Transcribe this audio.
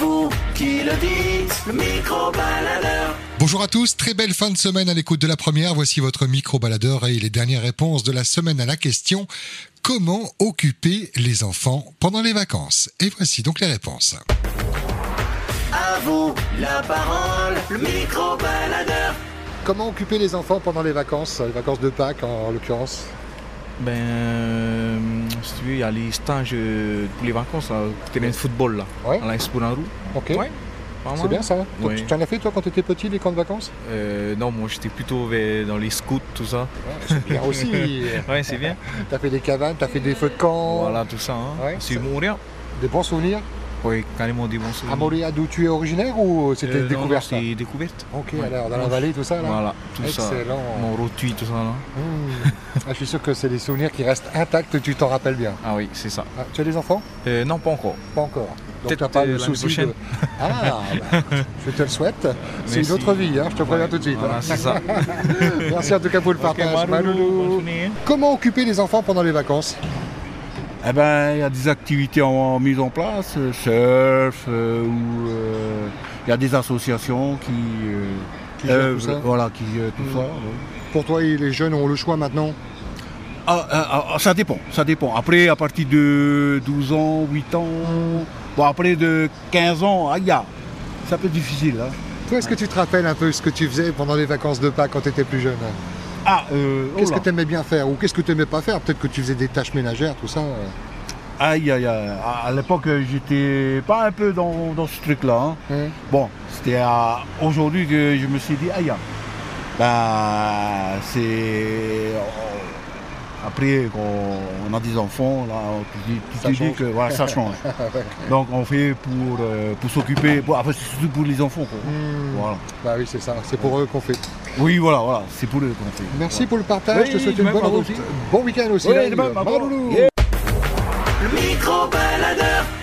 vous qui le dites, le micro-baladeur. Bonjour à tous, très belle fin de semaine à l'écoute de la première. Voici votre micro-baladeur et les dernières réponses de la semaine à la question « Comment occuper les enfants pendant les vacances ?» Et voici donc les réponses. À vous la parole, le micro-baladeur. Comment occuper les enfants pendant les vacances de Pâques en l'occurrence? Si tu veux, il y a les stages pour les vacances, là, terrain de football là, Ouais. à la Esplanarou. Ok, Ouais, pas c'est mal. bien ça. Ouais. Tu en as fait toi quand tu étais petit, les camps de vacances? Non, moi j'étais plutôt dans les scouts, tout ça. C'est bien aussi. Ouais, c'est bien. T'as fait des cabanes, t'as fait des feux de camp, Voilà, tout ça. Hein. Ouais, C'est ça- Montréal. des bons souvenirs. Oui, carrément des bons souvenirs. À Montréal, d'où tu es originaire ou c'était Non, découvert ça? c'est découverte. Ok, Ouais. alors dans la vallée, tout ça là. Voilà, tout ça. Excellent. Mon rôti, tout ça là. Je suis sûr que c'est des souvenirs qui restent intacts, tu t'en rappelles bien. Ah oui, c'est ça. Ah, tu as des enfants? Non, pas encore. Pas encore. Donc Peut-être t'as pas le l'année souci prochaine. de... Ah, je te le souhaite. C'est une Merci. autre vie, hein, je te préviens tout de suite. Voilà, c'est ça. Merci en tout cas pour le partage. Maloulou. bonne journée, hein. Comment occuper les enfants pendant les vacances? Eh ben, il y a des activités mises en place, surf, il y a des associations qui gèrent tout ça. voilà, qui tout ça. Ouais. Pour toi, les jeunes ont le choix maintenant? Ça dépend. Après, à partir de 12 ans, 8 ans, bon, après de 15 ans, c'est un peu difficile. Hein. Toi, est-ce que tu te rappelles un peu ce que tu faisais pendant les vacances de Pâques quand tu étais plus jeune? Qu'est-ce que tu aimais bien faire ou qu'est-ce que tu n'aimais pas faire? Peut-être que tu faisais des tâches ménagères, tout ça. Aïe. À l'époque, j'étais pas un peu dans ce truc-là. Hein. Bon, c'était aujourd'hui que je me suis dit, c'est... Après, quand on a des enfants, là, tu te dis que voilà, ça change. Donc on fait pour s'occuper, enfin, c'est surtout pour les enfants. Quoi. Voilà. Bah oui, c'est ça, c'est pour eux qu'on fait. Oui, voilà, c'est pour eux qu'on fait. Merci pour le partage, je te souhaite une même bonne à vous route. aussi. Bon week-end aussi. Oui, là, de même, Maloulou. yeah. Le micro-baladeur.